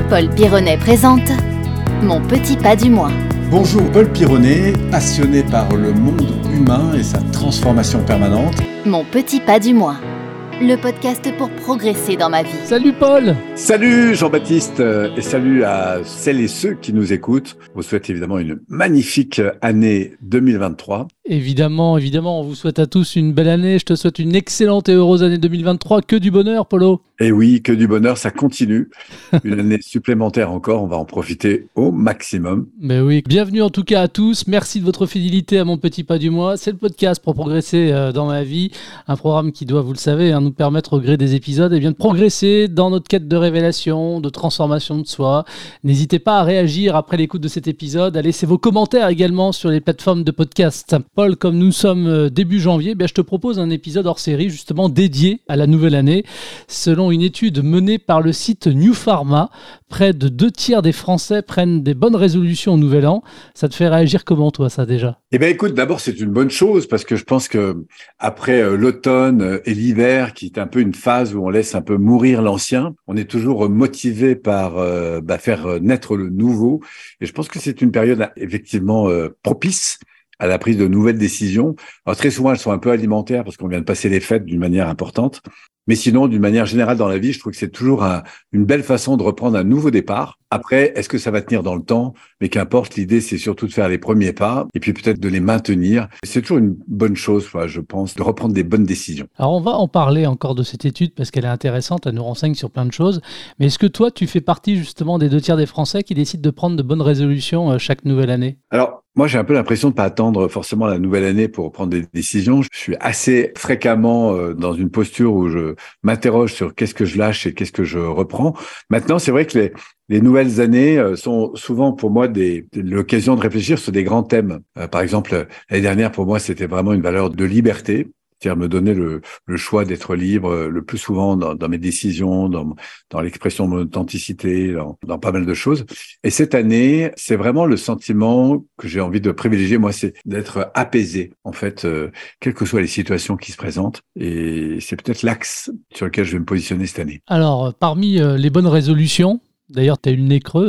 Paul Pironnet présente Mon petit pas du mois. Bonjour, Paul Pironnet, passionné par le monde humain et sa transformation permanente. Mon petit pas du mois. Le podcast pour progresser dans ma vie. Salut Paul! Salut Jean-Baptiste et salut à celles et ceux qui nous écoutent. Je vous souhaite évidemment une magnifique année 2023. Évidemment, on vous souhaite à tous une belle année. Je te souhaite une excellente et heureuse année 2023. Que du bonheur, Polo! Et oui, que du bonheur, ça continue. Une année supplémentaire encore, on va en profiter au maximum. Mais oui, bienvenue en tout cas à tous. Merci de votre fidélité à Mon petit pas du mois. C'est le podcast pour progresser dans ma vie. Un programme qui doit, vous le savez, nous permettre au gré des épisodes de progresser dans notre quête de révélation, de transformation de soi. N'hésitez pas à réagir après l'écoute de cet épisode, à laisser vos commentaires également sur les plateformes de podcast. Paul, comme nous sommes début janvier, je te propose un épisode hors série justement dédié à la nouvelle année. Selon une étude menée par le site New Pharma, près de 2/3 des Français prennent des bonnes résolutions au nouvel an. Ça te fait réagir comment toi ça déjà? Eh bien écoute, d'abord c'est une bonne chose parce que je pense que après l'automne et l'hiver, qui est un peu une phase où on laisse un peu mourir l'ancien, on est toujours motivé par faire naître le nouveau. Et je pense que c'est une période effectivement propice à la prise de nouvelles décisions. Alors très souvent, elles sont un peu alimentaires parce qu'on vient de passer les fêtes d'une manière importante. Mais sinon, d'une manière générale dans la vie, je trouve que c'est toujours une belle façon de reprendre un nouveau départ. Après, est-ce que ça va tenir dans le temps? Mais qu'importe, l'idée, c'est surtout de faire les premiers pas et puis peut-être de les maintenir. C'est toujours une bonne chose, je pense, de reprendre des bonnes décisions. Alors, on va en parler encore de cette étude parce qu'elle est intéressante, elle nous renseigne sur plein de choses. Mais est-ce que toi, tu fais partie justement des 2/3 des Français qui décident de prendre de bonnes résolutions chaque nouvelle année? Alors, moi, j'ai un peu l'impression de ne pas attendre forcément la nouvelle année pour prendre des décisions. Je suis assez fréquemment dans une posture où je m'interroge sur qu'est-ce que je lâche et qu'est-ce que je reprends. Maintenant, c'est vrai que les nouvelles années sont souvent pour moi l'occasion de réfléchir sur des grands thèmes. Par exemple, l'année dernière, pour moi, c'était vraiment une valeur de liberté. C'est-à-dire me donner le choix d'être libre le plus souvent dans mes décisions, dans l'expression de mon authenticité, dans pas mal de choses. Et cette année, c'est vraiment le sentiment que j'ai envie de privilégier, moi, c'est d'être apaisé, en fait, quelles que soient les situations qui se présentent. Et c'est peut-être l'axe sur lequel je vais me positionner cette année. Alors, parmi les bonnes résolutions, d'ailleurs, tu as eu le nez creux,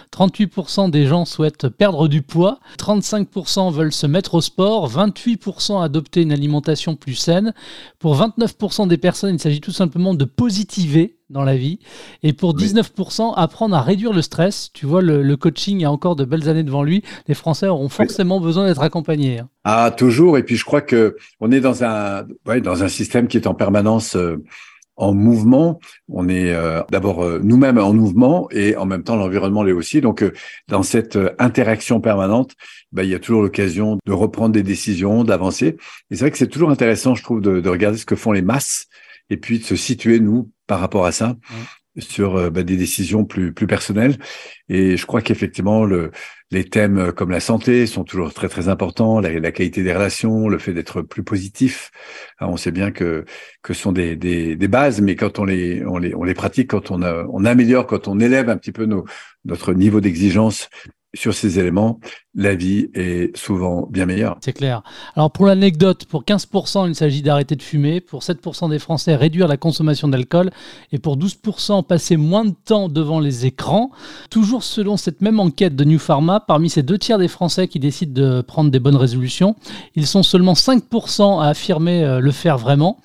38% des gens souhaitent perdre du poids, 35% veulent se mettre au sport, 28% adopter une alimentation plus saine. Pour 29% des personnes, il s'agit tout simplement de positiver dans la vie. Et pour 19%, apprendre à réduire le stress. Tu vois, le coaching a encore de belles années devant lui. Les Français auront forcément besoin d'être accompagnés. Ah, toujours. Et puis, je crois que on est dans un système qui est en permanence en mouvement. On est d'abord nous-mêmes en mouvement et en même temps l'environnement l'est aussi. Donc dans cette interaction permanente, il y a toujours l'occasion de reprendre des décisions, d'avancer. Et c'est vrai que c'est toujours intéressant, je trouve, de regarder ce que font les masses et puis de se situer nous par rapport à ça. Sur des décisions plus personnelles. Et je crois qu'effectivement, les thèmes comme la santé sont toujours très, très importants, la qualité des relations, le fait d'être plus positif. Alors, on sait bien que ce sont des bases, mais quand on les pratique, quand on améliore, quand on élève un petit peu notre niveau d'exigence sur ces éléments, la vie est souvent bien meilleure. C'est clair. Alors pour l'anecdote, pour 15%, il s'agit d'arrêter de fumer. Pour 7% des Français, réduire la consommation d'alcool. Et pour 12%, passer moins de temps devant les écrans. Toujours selon cette même enquête de New Pharma, parmi ces 2/3 des Français qui décident de prendre des bonnes résolutions, ils sont seulement 5% à affirmer le faire vraiment.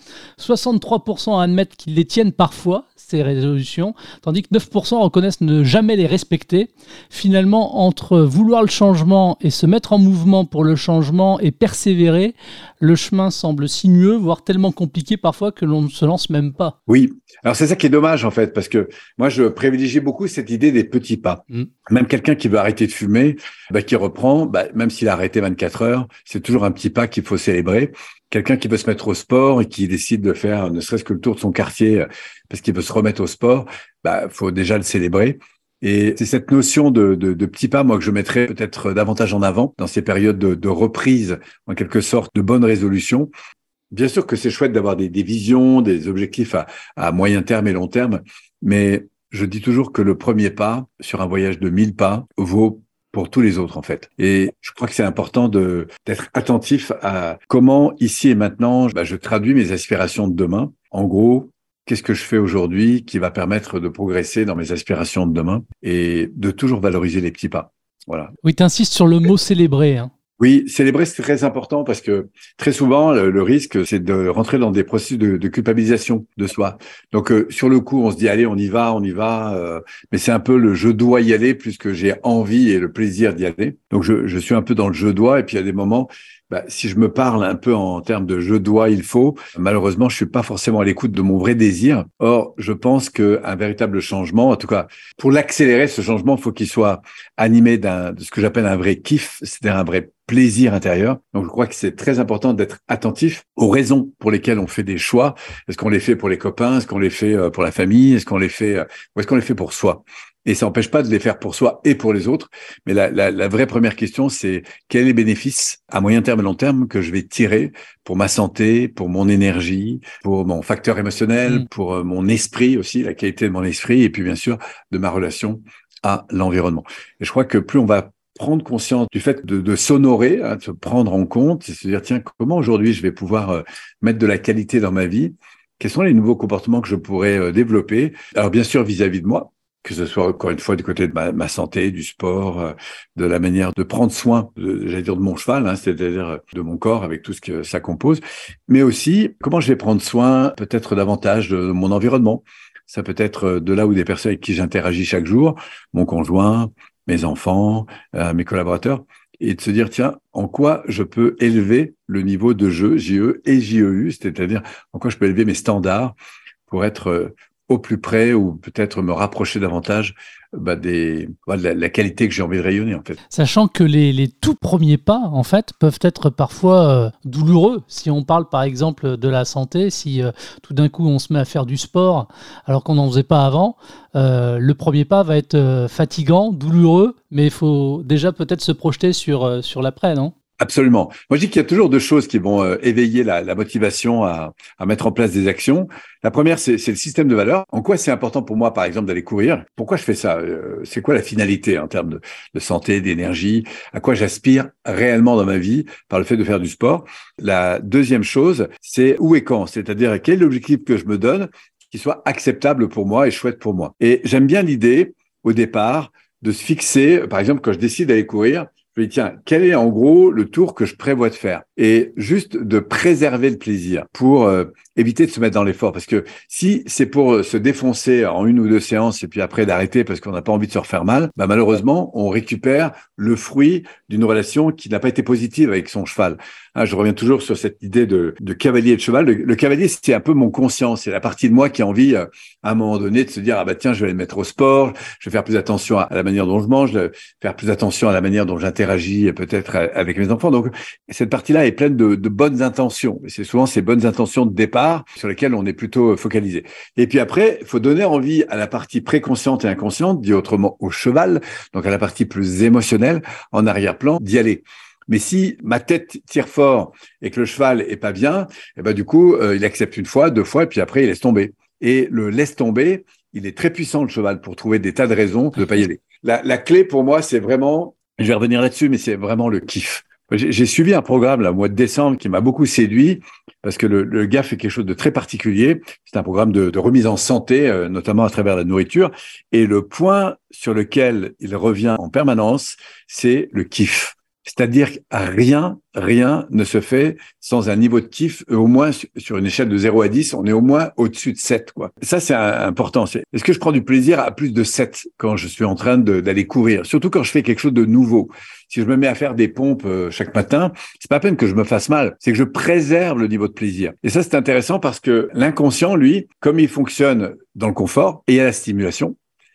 63% à admettre qu'ils les tiennent parfois, ces résolutions, tandis que 9% reconnaissent ne jamais les respecter. Finalement, entre vouloir le changement et se mettre en mouvement pour le changement et persévérer, le chemin semble sinueux, voire tellement compliqué parfois que l'on ne se lance même pas. Oui, alors c'est ça qui est dommage en fait, parce que moi je privilégie beaucoup cette idée des petits pas. Même quelqu'un qui veut arrêter de fumer, qui reprend, même s'il a arrêté 24 heures, c'est toujours un petit pas qu'il faut célébrer. Quelqu'un qui veut se mettre au sport et qui décide de faire ne serait-ce que le tour de son quartier parce qu'il veut se remettre au sport, faut déjà le célébrer. Et c'est cette notion de petits pas, moi, que je mettrais peut-être davantage en avant dans ces périodes de reprise, en quelque sorte, de bonnes résolutions. Bien sûr que c'est chouette d'avoir des visions, des objectifs à moyen terme et long terme, mais je dis toujours que le premier pas sur un voyage de 1000 pas vaut pour tous les autres, en fait. Et je crois que c'est important d'être attentif à comment, ici et maintenant, je traduis mes aspirations de demain. En gros, qu'est-ce que je fais aujourd'hui qui va permettre de progresser dans mes aspirations de demain et de toujours valoriser les petits pas. Voilà. Oui, tu insistes sur le mot célébrer. Hein. Oui, célébrer, c'est très important parce que très souvent, le risque, c'est de rentrer dans des processus de culpabilisation de soi. Donc, sur le coup, on se dit, allez, on y va, mais c'est un peu le je dois y aller plus que j'ai envie et le plaisir d'y aller. Donc, je suis un peu dans le je dois et puis il y a des moments, si je me parle un peu en termes de je dois, il faut, malheureusement, je suis pas forcément à l'écoute de mon vrai désir. Or, je pense qu'un véritable changement, en tout cas, pour l'accélérer, ce changement, il faut qu'il soit animé de ce que j'appelle un vrai kiff, c'est-à-dire un vrai plaisir intérieur. Donc, je crois que c'est très important d'être attentif aux raisons pour lesquelles on fait des choix. Est-ce qu'on les fait pour les copains? Est-ce qu'on les fait pour la famille? Est-ce qu'on les fait, ou est-ce qu'on les fait pour soi? Et ça n'empêche pas de les faire pour soi et pour les autres. Mais la vraie première question, c'est quels sont les bénéfices à moyen terme et long terme que je vais tirer pour ma santé, pour mon énergie, pour mon facteur émotionnel, pour mon esprit aussi, la qualité de mon esprit, et puis bien sûr de ma relation à l'environnement. Et je crois que plus on va prendre conscience du fait de s'honorer, de se prendre en compte, et se dire, tiens, comment aujourd'hui je vais pouvoir mettre de la qualité dans ma vie? Quels sont les nouveaux comportements que je pourrais développer? Alors bien sûr vis-à-vis de moi, que ce soit encore une fois du côté de ma santé, du sport, de la manière de prendre soin, de mon cheval, c'est-à-dire de mon corps avec tout ce que ça compose, mais aussi comment je vais prendre soin peut-être davantage de mon environnement. Ça peut être de là où des personnes avec qui j'interagis chaque jour, mon conjoint, mes enfants, mes collaborateurs, et de se dire, tiens, en quoi je peux élever le niveau de jeu, JE et JEU, c'est-à-dire en quoi je peux élever mes standards pour être au plus près ou peut-être me rapprocher davantage de la qualité que j'ai envie de rayonner en fait. Sachant que les tout premiers pas en fait peuvent être parfois douloureux. Si on parle par exemple de la santé, si tout d'un coup on se met à faire du sport alors qu'on n'en faisait pas avant, le premier pas va être fatigant, douloureux, mais il faut déjà peut-être se projeter sur l'après, non ? Absolument. Moi, je dis qu'il y a toujours deux choses qui vont éveiller la motivation à mettre en place des actions. La première, c'est le système de valeurs. En quoi c'est important pour moi, par exemple, d'aller courir? Pourquoi je fais ça? C'est quoi la finalité en termes de santé, d'énergie? À quoi j'aspire réellement dans ma vie par le fait de faire du sport? La deuxième chose, c'est où et quand. C'est-à-dire, quel est l'objectif que je me donne qui soit acceptable pour moi et chouette pour moi? Et j'aime bien l'idée, au départ, de se fixer, par exemple, quand je décide d'aller courir, je me dis, tiens, quel est en gros le tour que je prévois de faire? Et juste de préserver le plaisir pour éviter de se mettre dans l'effort. Parce que si c'est pour se défoncer en une ou deux séances et puis après d'arrêter parce qu'on n'a pas envie de se refaire mal, malheureusement, on récupère le fruit d'une relation qui n'a pas été positive avec son cheval. Je reviens toujours sur cette idée de cavalier et de cheval. Le cavalier, c'est un peu mon conscient. C'est la partie de moi qui a envie, à un moment donné, de se dire, tiens, je vais le mettre au sport, je vais faire plus attention à la manière dont je mange, faire plus attention à la manière dont j'interagis peut-être avec mes enfants. Donc, cette partie-là est pleine de bonnes intentions. Et c'est souvent ces bonnes intentions de départ sur lesquelles on est plutôt focalisé. Et puis après, il faut donner envie à la partie préconsciente et inconsciente, dit autrement au cheval, donc à la partie plus émotionnelle, en arrière-plan, d'y aller. Mais si ma tête tire fort et que le cheval est pas bien, du coup, il accepte une fois, deux fois, et puis après, il laisse tomber. Et le laisse tomber, il est très puissant, le cheval, pour trouver des tas de raisons de pas y aller. La clé pour moi, c'est vraiment, je vais revenir là-dessus, mais c'est vraiment le kiff. J'ai suivi un programme là, au mois de décembre qui m'a beaucoup séduit parce que le gars fait quelque chose de très particulier. C'est un programme de remise en santé, notamment à travers la nourriture. Et le point sur lequel il revient en permanence, c'est le kiff. C'est-à-dire que rien ne se fait sans un niveau de kiff, au moins sur une échelle de 0 à 10, on est au moins au-dessus de 7, quoi. Ça, c'est important. Est-ce que je prends du plaisir à plus de 7 quand je suis en train d'aller courir? Surtout quand je fais quelque chose de nouveau. Si je me mets à faire des pompes chaque matin, c'est pas la peine que je me fasse mal. C'est que je préserve le niveau de plaisir. Et ça, c'est intéressant parce que l'inconscient, lui, comme il fonctionne dans le confort et à la stimulation,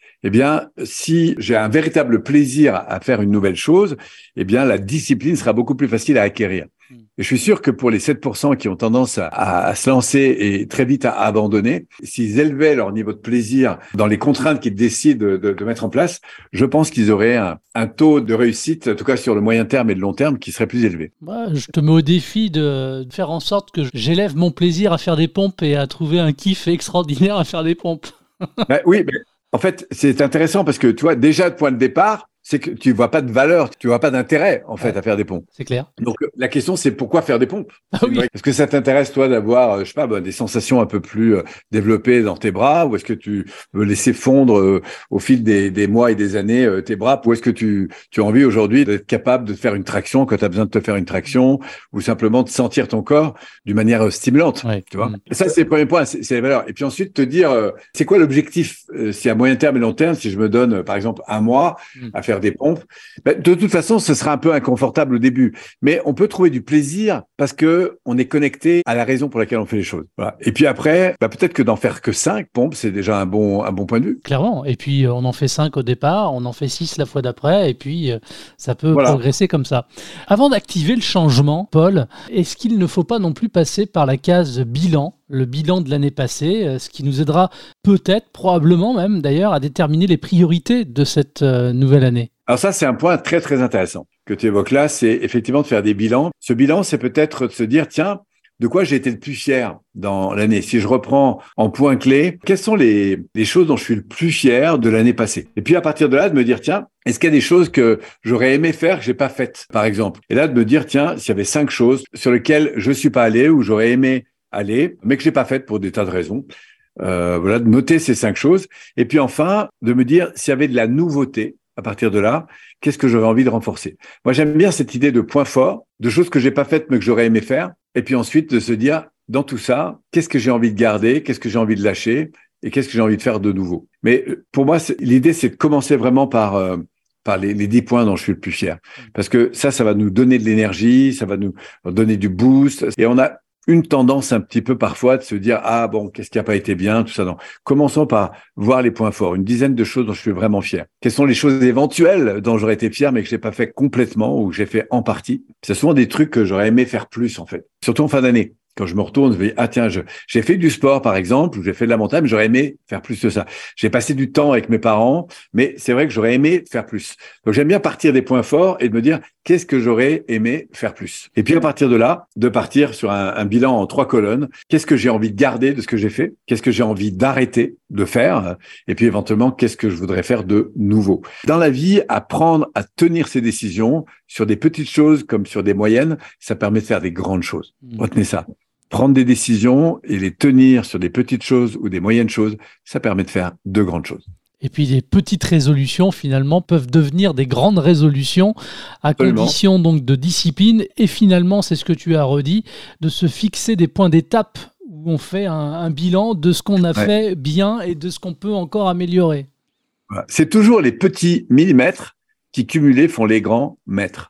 si j'ai un véritable plaisir à faire une nouvelle chose, la discipline sera beaucoup plus facile à acquérir. Et je suis sûr que pour les 7% qui ont tendance à se lancer et très vite à abandonner, s'ils élevaient leur niveau de plaisir dans les contraintes qu'ils décident de mettre en place, je pense qu'ils auraient un taux de réussite, en tout cas sur le moyen terme et le long terme, qui serait plus élevé. Je te mets au défi de faire en sorte que j'élève mon plaisir à faire des pompes et à trouver un kiff extraordinaire à faire des pompes. Oui, mais en fait, c'est intéressant parce que, tu vois, déjà, de point de départ, c'est que tu vois pas de valeur, tu vois pas d'intérêt, en fait, à faire des pompes. C'est clair. Donc, la question, c'est pourquoi faire des pompes? Ah oui. Est-ce que ça t'intéresse, toi, d'avoir, je sais pas, des sensations un peu plus développées dans tes bras, ou est-ce que tu veux laisser fondre au fil des mois et des années tes bras, ou est-ce que tu as envie aujourd'hui d'être capable de faire une traction quand tu as besoin de te faire une traction, ou simplement de sentir ton corps d'une manière stimulante, tu vois? Et ça, c'est le premier point, c'est les valeurs. Et puis ensuite, te dire, c'est quoi l'objectif, si à moyen terme et long terme, si je me donne, par exemple, un mois à faire des pompes, de toute façon, ce sera un peu inconfortable au début, mais on peut trouver du plaisir parce que on est connecté à la raison pour laquelle on fait les choses. Voilà. Et puis après, peut-être que d'en faire que 5 pompes, c'est déjà un bon point de vue. Clairement. Et puis, on en fait 5 au départ, on en fait 6 la fois d'après, et puis ça peut progresser comme ça. Avant d'activer le changement, Paul, est-ce qu'il ne faut pas non plus passer par la case bilan, le bilan de l'année passée, ce qui nous aidera peut-être, probablement même d'ailleurs, à déterminer les priorités de cette nouvelle année? Alors ça, c'est un point très, très intéressant que tu évoques là, c'est effectivement de faire des bilans. Ce bilan, c'est peut-être de se dire, tiens, de quoi j'ai été le plus fier dans l'année? Si je reprends en point clé, quelles sont les choses dont je suis le plus fier de l'année passée? Et puis à partir de là, de me dire, tiens, est-ce qu'il y a des choses que j'aurais aimé faire que j'ai pas faites, par exemple? Et là, de me dire, tiens, s'il y avait 5 choses sur lesquelles je suis pas allé ou j'aurais aimé aller, mais que j'ai pas faites pour des tas de raisons. De noter ces 5 choses. Et puis enfin, de me dire s'il y avait de la nouveauté. À partir de là, qu'est-ce que j'aurais envie de renforcer? Moi, j'aime bien cette idée de points forts, de choses que j'ai pas faites mais que j'aurais aimé faire. Et puis ensuite, de se dire, dans tout ça, qu'est-ce que j'ai envie de garder? Qu'est-ce que j'ai envie de lâcher? Et qu'est-ce que j'ai envie de faire de nouveau? Mais pour moi, l'idée, c'est de commencer vraiment par les 10 points dont je suis le plus fier. Parce que ça va nous donner de l'énergie, ça va nous donner du boost. Et on a une tendance un petit peu parfois de se dire, ah bon, qu'est-ce qui n'a pas été bien, tout ça. Non. Commençons par voir les points forts, une dizaine de choses dont je suis vraiment fier. Quelles sont les choses éventuelles dont j'aurais été fier mais que je n'ai pas fait complètement ou que j'ai fait en partie? C'est souvent des trucs que j'aurais aimé faire plus en fait, surtout en fin d'année. Quand je me retourne, je me dis, ah tiens, j'ai fait du sport, par exemple, ou j'ai fait de la montagne, mais j'aurais aimé faire plus que ça. J'ai passé du temps avec mes parents, mais c'est vrai que j'aurais aimé faire plus. Donc, j'aime bien partir des points forts et de me dire, qu'est-ce que j'aurais aimé faire plus? Et puis, à partir de là, de partir sur un bilan en 3 colonnes. Qu'est-ce que j'ai envie de garder de ce que j'ai fait? Qu'est-ce que j'ai envie d'arrêter de faire? Et puis, éventuellement, qu'est-ce que je voudrais faire de nouveau? Dans la vie, apprendre à tenir ses décisions sur des petites choses comme sur des moyennes, ça permet de faire des grandes choses. Retenez ça. Prendre des décisions et les tenir sur des petites choses ou des moyennes choses, ça permet de faire de grandes choses. Et puis les petites résolutions, finalement, peuvent devenir des grandes résolutions à condition donc de discipline. Et finalement, c'est ce que tu as redit, de se fixer des points d'étape où on fait un bilan de ce qu'on a fait bien et de ce qu'on peut encore améliorer. Voilà. C'est toujours les petits millimètres qui, cumulés, font les grands mètres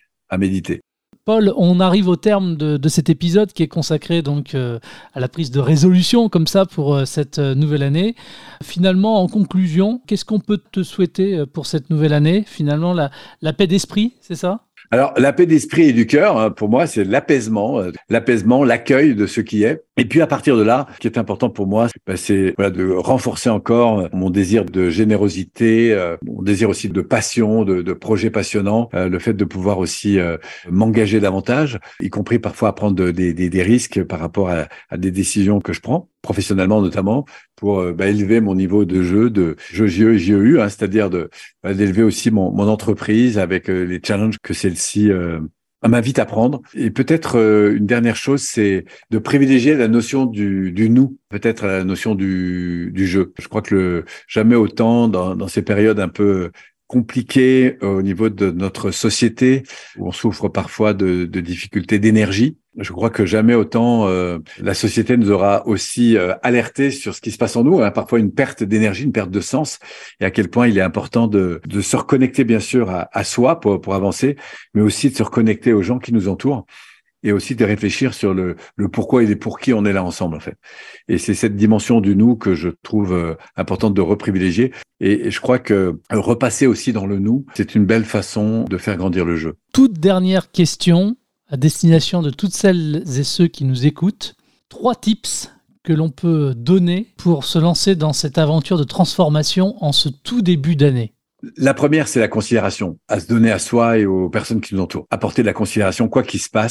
à méditer. Paul, on arrive au terme de cet épisode qui est consacré donc à la prise de résolution comme ça pour cette nouvelle année. Finalement, en conclusion, qu'est-ce qu'on peut te souhaiter pour cette nouvelle année? Finalement, la paix d'esprit, c'est ça? Alors, la paix d'esprit et du cœur, pour moi, c'est l'apaisement, l'accueil de ce qui est. Et puis, à partir de là, ce qui est important pour moi, c'est de renforcer encore mon désir de générosité, mon désir aussi de passion, de projets passionnants, le fait de pouvoir aussi m'engager davantage, y compris parfois à prendre des risques par rapport à des décisions que je prends, professionnellement notamment, pour élever mon niveau de jeu, de JEU, c'est-à-dire d'élever aussi mon entreprise avec les challenges que celle-ci m'invite à prendre. Et peut-être une dernière chose, c'est de privilégier la notion du nous, peut-être la notion du jeu. Je crois que jamais autant dans ces périodes un peu compliquées au niveau de notre société, où on souffre parfois de difficultés d'énergie. Je crois que jamais autant la société nous aura aussi alertés sur ce qui se passe en nous, parfois une perte d'énergie, une perte de sens, et à quel point il est important de se reconnecter bien sûr à soi pour avancer, mais aussi de se reconnecter aux gens qui nous entourent, et aussi de réfléchir sur le pourquoi et les pour qui on est là ensemble en fait. Et c'est cette dimension du nous que je trouve importante de reprivilégier. Et je crois que repasser aussi dans le nous, c'est une belle façon de faire grandir le jeu. Toute dernière question à destination de toutes celles et ceux qui nous écoutent. 3 tips que l'on peut donner pour se lancer dans cette aventure de transformation en ce tout début d'année. La première, c'est la considération, à se donner à soi et aux personnes qui nous entourent. Apporter de la considération, quoi qu'il se passe.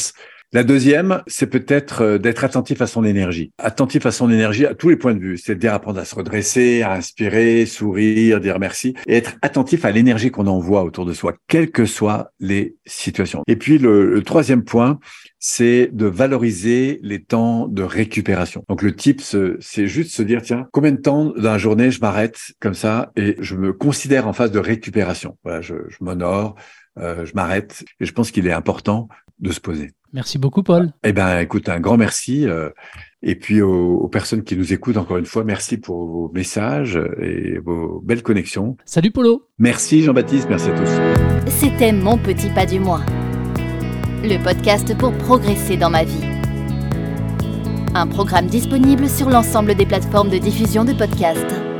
La deuxième, c'est peut-être d'être attentif à son énergie. Attentif à son énergie à tous les points de vue. C'est-à-dire apprendre à se redresser, à inspirer, sourire, dire merci. Et être attentif à l'énergie qu'on envoie autour de soi, quelles que soient les situations. Et puis le troisième point, c'est de valoriser les temps de récupération. Donc le tip, c'est juste se dire, tiens, combien de temps dans la journée je m'arrête comme ça et je me considère en phase de récupération. Voilà, je m'honore, je m'arrête. Et je pense qu'il est important de se poser. Merci beaucoup, Paul. Eh ben, écoute, un grand merci. Et puis aux personnes qui nous écoutent, encore une fois, merci pour vos messages et vos belles connexions. Salut, Polo. Merci, Jean-Baptiste. Merci à tous. C'était Mon Petit Pas du Mois, le podcast pour progresser dans ma vie. Un programme disponible sur l'ensemble des plateformes de diffusion de podcasts.